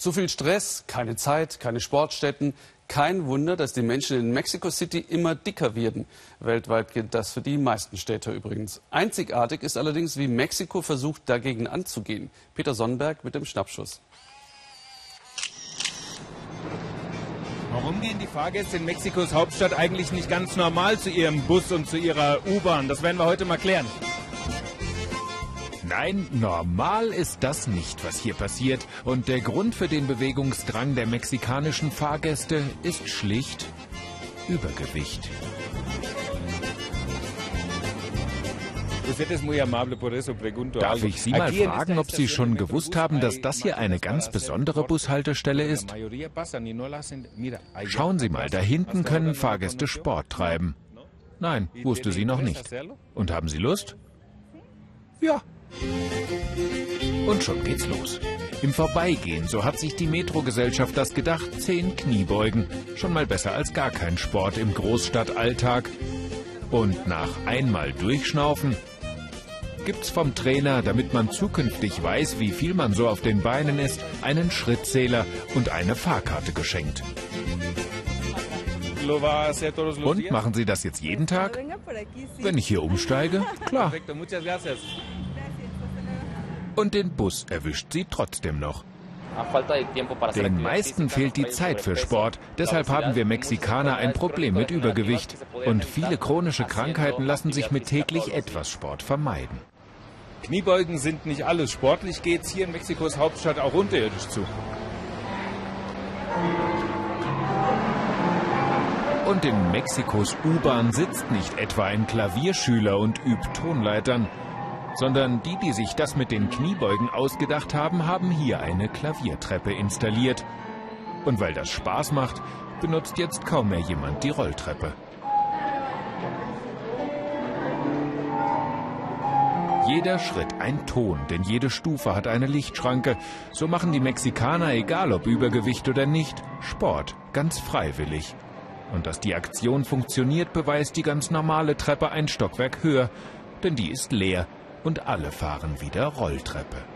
Zu viel Stress, keine Zeit, keine Sportstätten. Kein Wunder, dass die Menschen in Mexico City immer dicker werden. Weltweit gilt das für die meisten Städte übrigens. Einzigartig ist allerdings, wie Mexiko versucht, dagegen anzugehen. Peter Sonnenberg mit dem Schnappschuss. Warum gehen die Fahrgäste in Mexikos Hauptstadt eigentlich nicht ganz normal zu ihrem Bus und zu ihrer U-Bahn? Das werden wir heute mal klären. Nein, normal ist das nicht, was hier passiert. Und der Grund für den Bewegungsdrang der mexikanischen Fahrgäste ist schlicht Übergewicht. Darf ich Sie mal fragen, ob Sie schon gewusst haben, dass das hier eine ganz besondere Bushaltestelle ist? Schauen Sie mal, da hinten können Fahrgäste Sport treiben. Nein, wusste sie noch nicht. Und haben Sie Lust? Ja. Und schon geht's los. Im Vorbeigehen, so hat sich die Metrogesellschaft das gedacht, 10 Kniebeugen. Schon mal besser als gar kein Sport im Großstadtalltag. Und nach einmal Durchschnaufen gibt's vom Trainer, damit man zukünftig weiß, wie viel man so auf den Beinen ist, einen Schrittzähler und eine Fahrkarte geschenkt. Und machen Sie das jetzt jeden Tag? Wenn ich hier umsteige? Klar. Und den Bus erwischt sie trotzdem noch. Den meisten fehlt die Zeit für Sport. Deshalb haben wir Mexikaner ein Problem mit Übergewicht. Und viele chronische Krankheiten lassen sich mit täglich etwas Sport vermeiden. Kniebeugen sind nicht alles. Sportlich geht's hier in Mexikos Hauptstadt auch unterirdisch zu. Und in Mexikos U-Bahn sitzt nicht etwa ein Klavierschüler und übt Tonleitern, sondern die sich das mit den Kniebeugen ausgedacht haben, haben hier eine Klaviertreppe installiert. Und weil das Spaß macht, benutzt jetzt kaum mehr jemand die Rolltreppe. Jeder Schritt ein Ton, denn jede Stufe hat eine Lichtschranke. So machen die Mexikaner, egal ob Übergewicht oder nicht, Sport, ganz freiwillig. Und dass die Aktion funktioniert, beweist die ganz normale Treppe ein Stockwerk höher, denn die ist leer. Und alle fahren wieder Rolltreppe.